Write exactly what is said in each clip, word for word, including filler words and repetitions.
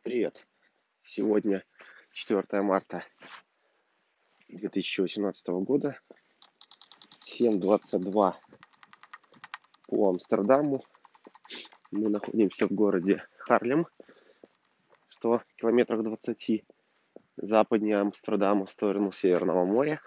Привет! Сегодня четвёртое марта две тысячи восемнадцатого года, семь двадцать два по Амстердаму. Мы находимся в городе Харлем, сто километров двадцати западнее Амстердама в сторону Северного моря.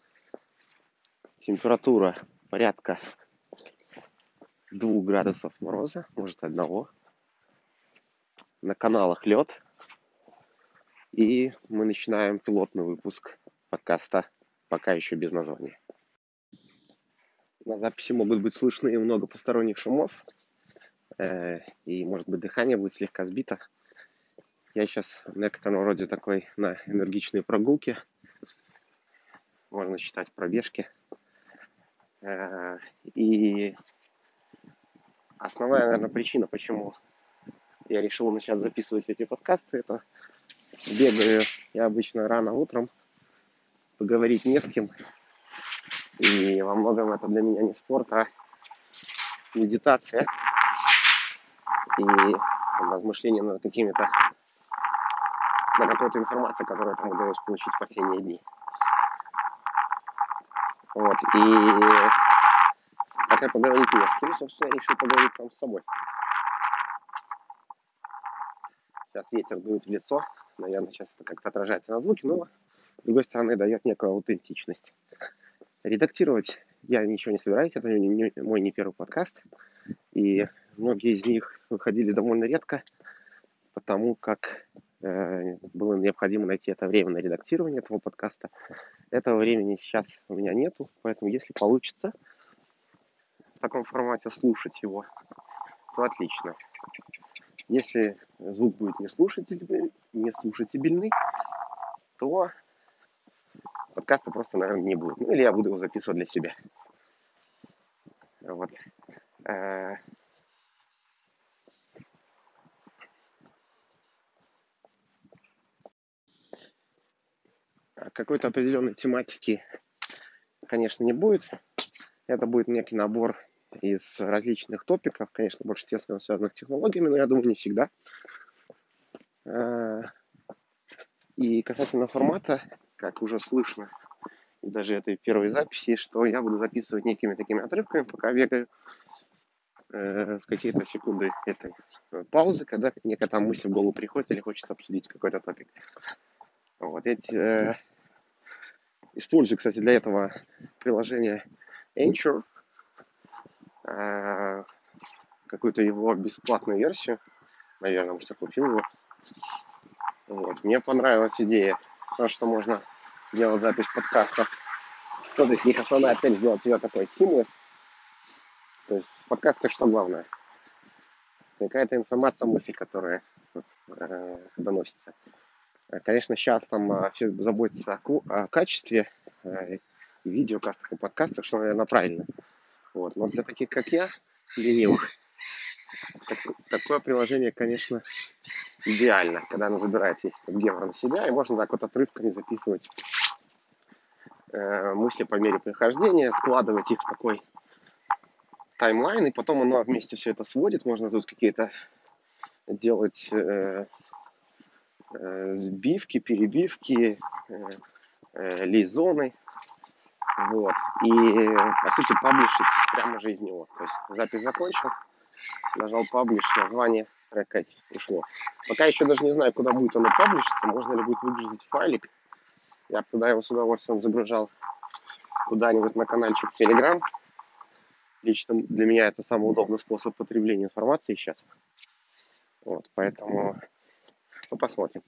Температура порядка двух градусов мороза, может одного. На каналах лед. И мы начинаем пилотный выпуск подкаста, пока еще без названия. На записи могут быть слышны много посторонних шумов, э, и, может быть, дыхание будет слегка сбито. Я сейчас в некотором роде такой на энергичной прогулке, можно считать пробежки. Э, и основная, наверное, причина, почему я решил начать записывать эти подкасты, это бегаю я обычно рано утром, поговорить не с кем. И во многом это для меня не спорт, а медитация и размышления над какими-то, на какой-то информацией, которую там удалось получить в последние дни. Вот, и пока поговорить не с кем, собственно, я решил поговорить сам с собой. Сейчас ветер дует в лицо, наверное, сейчас это как-то отражается на звуке, но, с другой стороны, дает некую аутентичность. Редактировать я ничего не собираюсь, это не, мой не первый подкаст, и многие из них выходили довольно редко, потому как э, было необходимо найти это время на редактирование этого подкаста. Этого времени сейчас у меня нету, поэтому если получится в таком формате слушать его, то отлично. Если звук будет неслушатель- неслушателебельный, то подкаста просто, наверное, не будет. Ну, или я буду его записывать для себя. Вот. Какой-то определенной тематики, конечно, не будет. Это будет некий набор из различных топиков, конечно, в большинстве своем связанных с технологиями, но я думаю, не всегда. И касательно формата, как уже слышно, даже этой первой записи, что я буду записывать некими такими отрывками, пока бегаю э, в какие-то секунды этой паузы, когда некая там мысль в голову приходит или хочется обсудить какой-то топик. Вот. Я э, использую, кстати, для этого приложение Anchor, э, какую-то его бесплатную версию, наверное, может, я купил его. Вот. Мне понравилась идея, потому что можно делать запись подкастов. Ну, то есть их основная цель сделать ее такой seamless. То есть подкасты что главное? Какая-то информация, мысль, которая э, доносится. Конечно, сейчас там э, все заботятся о, ку- о качестве э, видеокастах и подкастах, что, наверное, правильно. Вот. Но для таких, как я, ленивых, так, такое приложение, конечно, идеально, когда оно забирает весь этот гемор на себя, и можно так вот отрывками записывать э, мысли по мере прохождения, складывать их в такой таймлайн, и потом оно вместе все это сводит. Можно тут какие-то делать э, э, сбивки, перебивки, э, э, лизоны. Вот. И, по сути, паблишить прямо же из него. То есть запись закончил, нажал паблиш, название трека ушло. Пока еще даже не знаю, куда будет оно паблишиться, можно ли будет выгрузить файлик. Я бы тогда его с удовольствием загружал куда-нибудь на каналчик в Telegram. Лично для меня это самый удобный способ потребления информации сейчас. Вот, поэтому ну, посмотрим.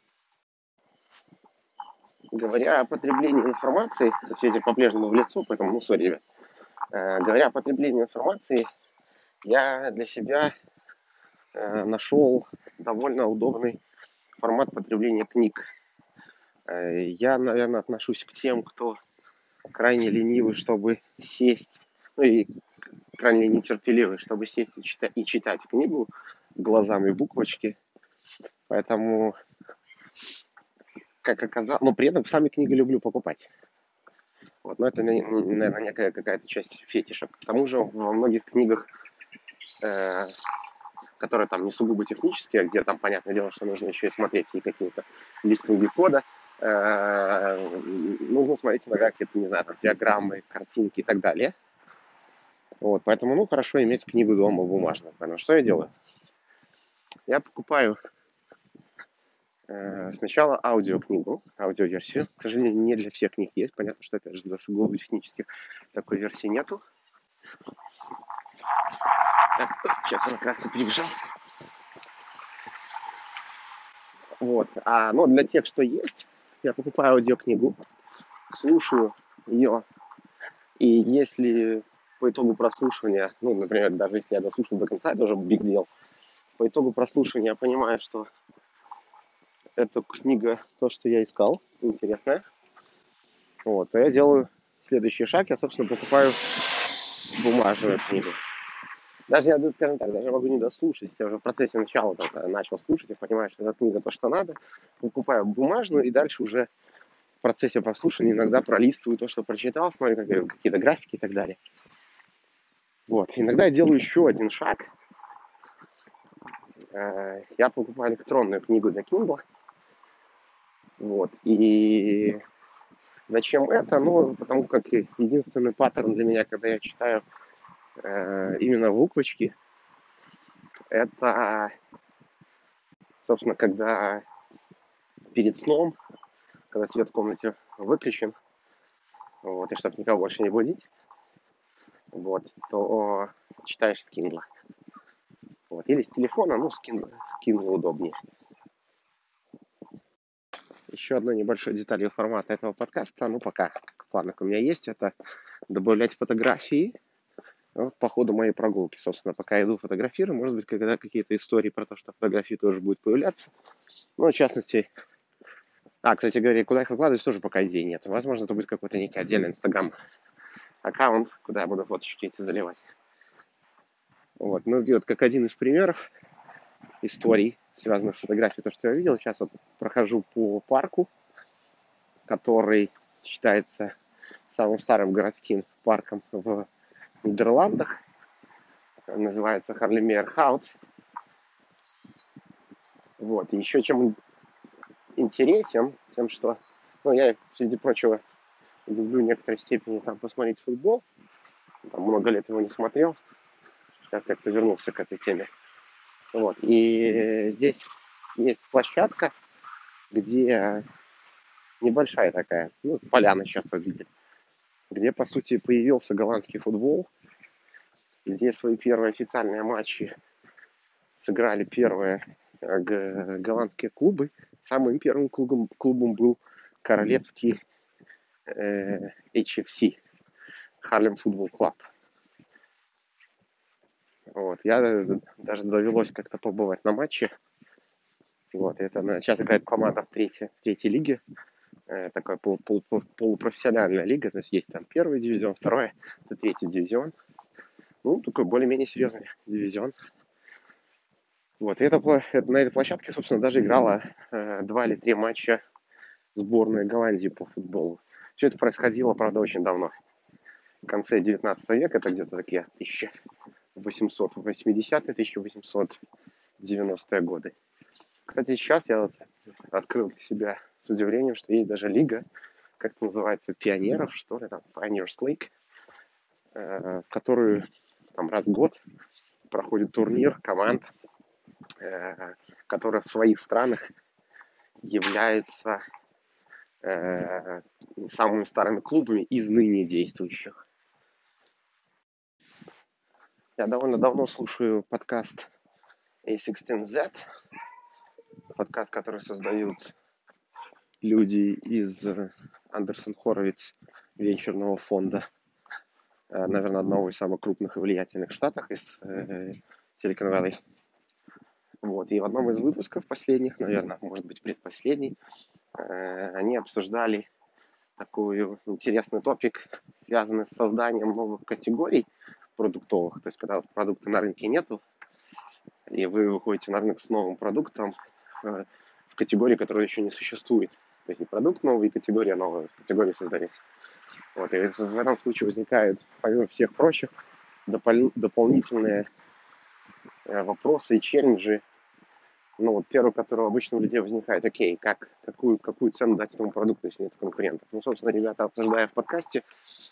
Говоря о потреблении информации, все эти по-прежнему в лицо, поэтому, ну, сори, ребят. Э, говоря о потреблении информации, я для себя э, нашел довольно удобный формат потребления книг. Э, я, наверное, отношусь к тем, кто крайне ленивый, чтобы сесть, ну и крайне нетерпеливый, чтобы сесть и читать, и читать книгу глазами буквочки. Поэтому, как оказалось, но при этом сами книги люблю покупать. Вот, но это, наверное, некая какая-то часть фетиша. К тому же во многих книгах э, которые там не сугубо технические, а где там, понятное дело, что нужно еще и смотреть и какие-то листинги кода. Нужно смотреть иногда какие-то, не знаю, там, диаграммы, картинки и так далее. Вот, поэтому, ну, хорошо иметь книгу дома бумажную. Поэтому что я делаю? Я покупаю э, сначала аудиокнигу, аудиоверсию. К сожалению, не для всех книг есть. Понятно, что, опять же, для сугубо технических такой версии нету. Так, сейчас он красный перебежал. Вот. А, но для тех, что есть, я покупаю аудиокнигу, слушаю ее, и если по итогу прослушивания, ну, например, даже если я дослушал до конца, это уже big deal, по итогу прослушивания я понимаю, что эта книга то, что я искал, интересная, вот, то я делаю следующий шаг, я, собственно, покупаю бумажную книгу. Даже я, скажем так, даже могу не дослушать, я уже в процессе начала только начал слушать, и понимаю, что эта книга то, что надо, покупаю бумажную, и дальше уже в процессе прослушивания иногда пролистываю то, что прочитал, смотрю какие-то графики и так далее. Вот. Иногда я делаю еще один шаг. Я покупаю электронную книгу для Kindle. Вот. И зачем это? Ну, потому как единственный паттерн для меня, когда я читаю именно буквочки, это, собственно, когда перед сном, когда свет в комнате выключен, вот, и чтобы никого больше не будить, вот, то читаешь с Kindle. Вот, или с телефона, ну, с Kindle, с Kindle удобнее. Еще одной небольшой деталью формата этого подкаста, ну, пока в планах у меня есть, это добавлять фотографии вот, по ходу моей прогулки. Собственно, пока иду фотографирую, может быть, когда какие-то истории про то, что фотографии тоже будут появляться. Ну, в частности... А, кстати говоря, куда их выкладывать, тоже пока идей нет. Возможно, это будет какой-то некий отдельный инстаграм-аккаунт, куда я буду фоточки эти заливать. Вот, ну, и вот как один из примеров историй, связанных с фотографией, то, что я видел. Сейчас вот прохожу по парку, который считается самым старым городским парком в Нидерландах. Называется Харлемейр-Хаут. Вот. И еще чем интересен, тем, что, ну, я, среди прочего, люблю в некоторой степени там посмотреть футбол. Там много лет его не смотрел. Сейчас как-то вернулся к этой теме. Вот. И здесь есть площадка, где небольшая такая, ну, поляна сейчас вы видели, где, по сути, появился голландский футбол. Здесь свои первые официальные матчи сыграли первые голландские клубы. Самым первым клубом, клубом был королевский э, эйч эф си, Harlem Football Club. Вот. Я даже довелось как-то побывать на матче. Вот. Это сейчас играет команда в третьей, в третьей лиге. Э, такая полу, полу, полупрофессиональная лига. То есть есть там первый дивизион, второй, это третий дивизион. Ну, такой более-менее серьезный дивизион. Вот, и это, это, на этой площадке, собственно, даже играла э, два или три матча сборная Голландии по футболу. Все это происходило, правда, очень давно. В конце девятнадцатого века, это где-то такие тысяча восемьсот восьмидесятые, тысяча восемьсот девяностые годы. Кстати, сейчас я вот открыл для себя с удивлением, что есть даже лига, как это называется, пионеров, что ли, там, Pioneers League, э, в которую там раз в год проходит турнир команд, э, которые в своих странах являются э, самыми старыми клубами из ныне действующих. Я довольно давно слушаю подкаст эй шестнадцать зет, подкаст, который создают люди из Андерсон Хоровиц венчурного фонда, э, наверное, одного из самых крупных и влиятельных в Штатах, из э, Silicon Valley. Вот. И в одном из выпусков последних, наверное, может быть, предпоследний, э, они обсуждали такой интересный топик, связанный с созданием новых категорий продуктовых. То есть, когда продукта на рынке нету, и вы выходите на рынок с новым продуктом э, в категории, которая еще не существует. То есть не продукт новый, и категория новая, категория создается. Вот. И в этом случае возникают, помимо всех прочих, допол- дополнительные э, вопросы и челленджи. Ну, вот первый, который обычно у людей возникает: окей, как, какую, какую цену дать этому продукту, если нет конкурентов? Ну, собственно, ребята, обсуждая в подкасте,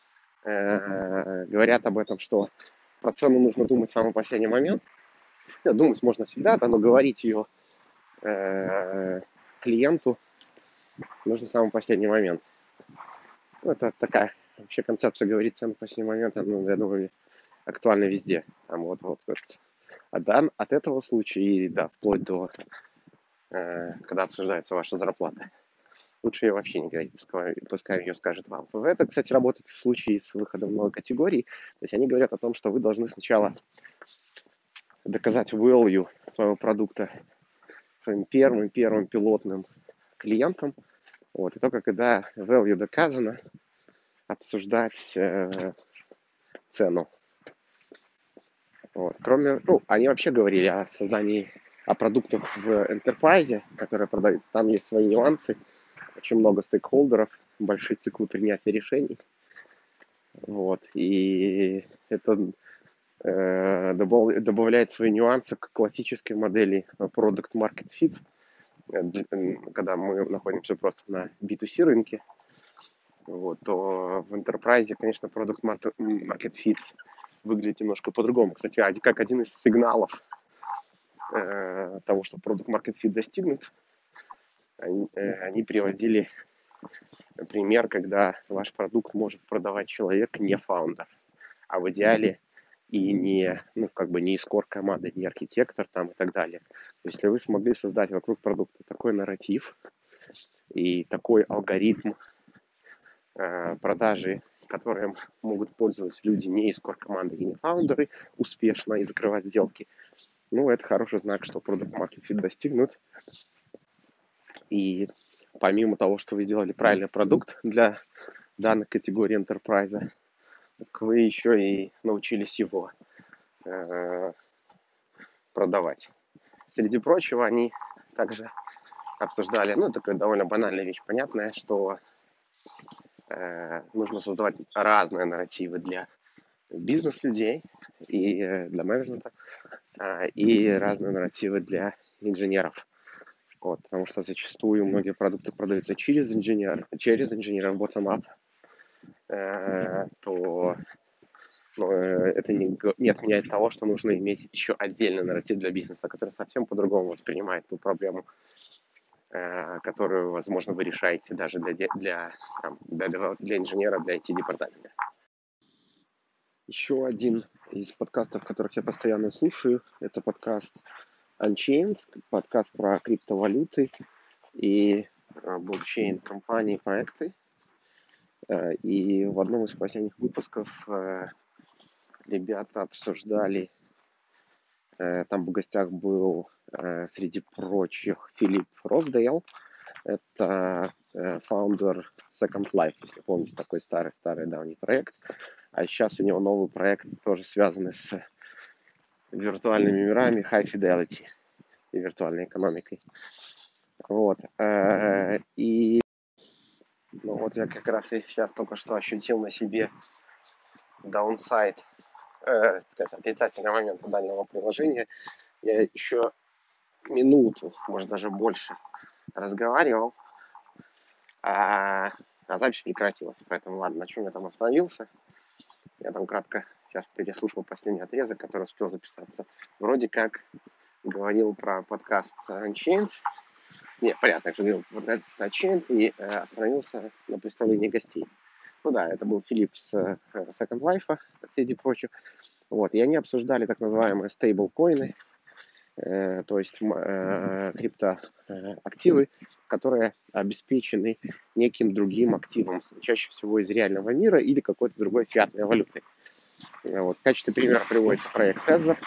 э, говорят об этом, что про цену нужно думать в самый последний момент. Нет, думать можно всегда, да, но говорить ее э, клиенту нужно в самый последний момент. Ну, это такая вообще концепция говорить цену в последний момент, ну, я думаю, актуальна везде. Там вот, вот, вот. А да, от этого случая и, да, вплоть до, э, когда обсуждается ваша зарплата. Лучше ее вообще не говорить, пускай, пускай ее скажет вам. Это, кстати, работает в случае с выходом в новой категории. То есть они говорят о том, что вы должны сначала доказать value своего продукта своим первым, первым пилотным клиентам. Вот. И только когда value доказано, обсуждать э, цену. Вот. Кроме, ну, они вообще говорили о создании, о продуктах в enterprise, которые продаются. Там есть свои нюансы, очень много стейкхолдеров, большие циклы принятия решений. Вот. И это э, добав, добавляет свои нюансы к классической модели Product Market Fit, когда мы находимся просто на би ту си рынке. Вот, то в Enterprise, конечно, Product Market Fit выглядит немножко по-другому. Кстати, как один из сигналов э, того, что Product Market Fit достигнут, они, э, они приводили пример, когда ваш продукт может продавать человек, не фаундер, а в идеале и не, ну, как бы не из core команды, не архитектор там и так далее. Если вы смогли создать вокруг продукта такой нарратив и такой алгоритм э, продажи, которым могут пользоваться люди не из core команды и не фаундеры успешно и закрывать сделки, ну, это хороший знак, что Product Market Fit достигнут. И помимо того, что вы сделали правильный продукт для данной категории enterprise, вы еще и научились его э, продавать. Среди прочего, они также обсуждали, ну, такая довольно банальная вещь, понятная, что э, нужно создавать разные нарративы для бизнес-людей и э, для менеджмента, э, и разные нарративы для инженеров. Вот, потому что зачастую многие продукты продаются через инженеров, через инженеров bottom-up, э, то но это не, не отменяет того, что нужно иметь еще отдельный нарратив для бизнеса, который совсем по-другому воспринимает ту проблему, э, которую, возможно, вы решаете даже для, для, там, для, для инженера, для ай ти-департамента. Еще один из подкастов, которых я постоянно слушаю, это подкаст Unchained, подкаст про криптовалюты и э, блокчейн-компании, проекты. Э, и в одном из последних выпусков э, ребята обсуждали, э, там в гостях был, э, среди прочих, Филипп Роздейл. Это э, фаундер Second Life, если помните, такой старый-старый давний проект. А сейчас у него новый проект, тоже связанный с виртуальными мирами, High Fidelity и виртуальной экономикой. Вот. Э, и ну, вот я как раз и сейчас только что ощутил на себе даунсайд, э, скажем, отрицательный момент данного приложения. Я еще минуту, может даже больше, разговаривал, а, а запись прекратилась. Поэтому ладно, на чем я там остановился? Я там кратко сейчас переслушал последний отрезок, который успел записаться. Вроде как говорил про подкаст Unchained. Не, понятно, что говорил про подкаст Unchained и э, остановился на представлении гостей. Ну да, это был Филипп с э, Second Life, среди прочих. Вот, и они обсуждали так называемые стейблкоины, э, то есть э, криптоактивы, которые обеспечены неким другим активом, чаще всего из реального мира или какой-то другой фиатной валютой. Вот, в качестве примера приводится проект Tether,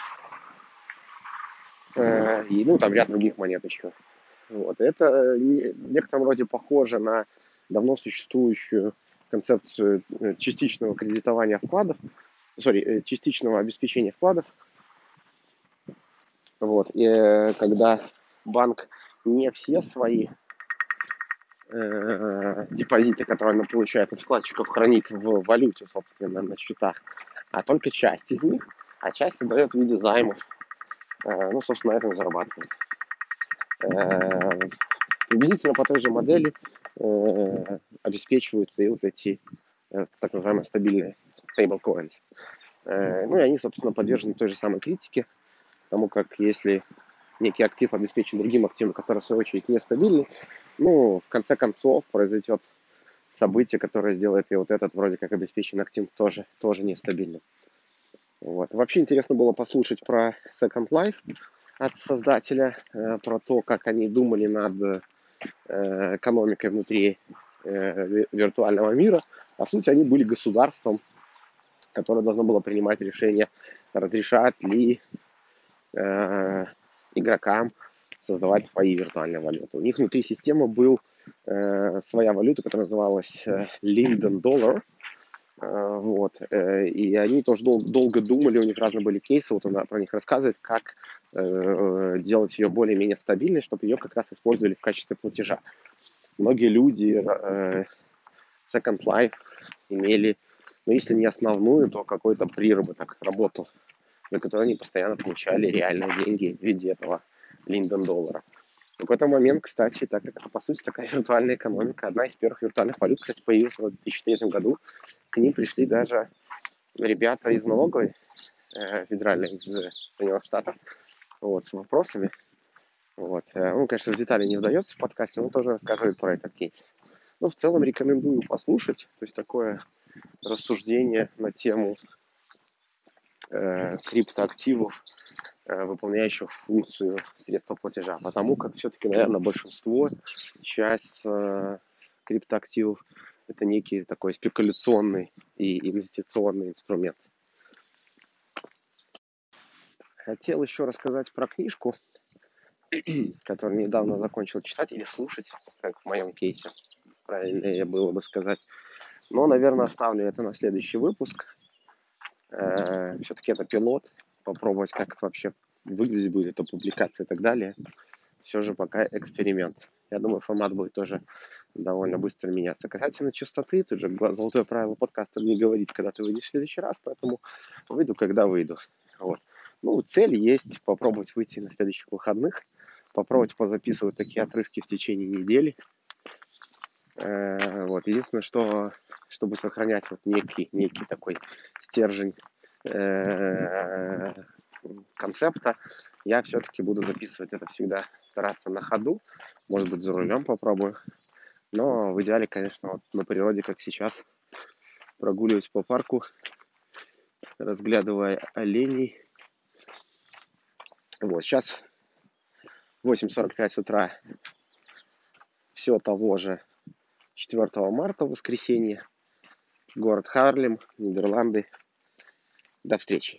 э, и ну, там ряд других монет еще. Вот, это в некотором роде похоже на давно существующую концепцию частичного кредитования вкладов, sorry, частичного обеспечения вкладов. Вот, и когда банк не все свои э, депозиты, которые он получает от вкладчиков, хранит в валюте, собственно, на счетах, а только часть из них, а часть отдает в виде займов Э, ну, собственно, на этом зарабатывают. Э, Приблизительно по той же модели э, обеспечиваются и вот эти э, так называемые стабильные stablecoins. Э, ну и они, собственно, подвержены той же самой критике, потому как если некий актив обеспечен другим активом, который, в свою очередь, нестабильный, ну, в конце концов, произойдет событие, которое сделает и вот этот вроде как обеспеченный актив тоже, тоже нестабильным. Вот. Вообще интересно было послушать про Second Life от создателя, э, про то, как они думали над э, экономикой внутри э, виртуального мира. По сути, они были государством, которое должно было принимать решение, разрешать ли э, игрокам создавать свои виртуальные валюты. У них внутри системы был э, своя валюта, которая называлась э, Linden Dollar. Э, вот. Э, и они тоже дол- долго думали, у них разные были кейсы, вот он про них рассказывает, как э, делать ее более-менее стабильной, чтобы ее как раз использовали в качестве платежа. Многие люди э, Second Life имели, ну, если не основную, то какой-то приработок, работу, за которую они постоянно получали реальные деньги в виде этого Linden доллара. В какой-то момент, кстати, так как это, по сути, такая виртуальная экономика, одна из первых виртуальных валют, кстати, появилась в две тысячи третьем году, к ним пришли даже ребята из налоговой э, федеральной из Соединенных Штатов вот, с вопросами. Вот. Ну, конечно, в детали не вдается в подкасте, но тоже рассказывает про этот кейс. Но в целом рекомендую послушать. То есть такое рассуждение на тему э, криптоактивов, э, выполняющих функцию средства платежа. Потому как все-таки, наверное, большинство, часть э, криптоактивов это некий такой спекуляционный и инвестиционный инструмент. Хотел еще рассказать про книжку, которую недавно закончил читать или слушать, как в моем кейсе, правильнее было бы сказать. Но, наверное, оставлю это на следующий выпуск. Э, все-таки это пилот. Попробовать, как это вообще выглядеть будет, эта публикация и так далее. Все же пока эксперимент. Я думаю, формат будет тоже довольно быстро меняться. Касательно частоты, тут же золотое правило подкаста не говорить, когда ты выйдешь в следующий раз, поэтому выйду, когда выйду. Вот. Ну, цель есть попробовать выйти на следующих выходных, попробовать позаписывать такие отрывки в течение недели. Э, вот. Единственное, что чтобы сохранять вот некий, некий такой стержень э, концепта, я все-таки буду записывать это всегда, стараться на ходу. Может быть, за рулем попробую. Но в идеале, конечно, вот на природе, как сейчас, прогуливаюсь по парку, разглядывая оленей. Вот, сейчас восемь сорок пять утра, все того же четвёртого марта, воскресенье, город Харлем, Нидерланды. До встречи.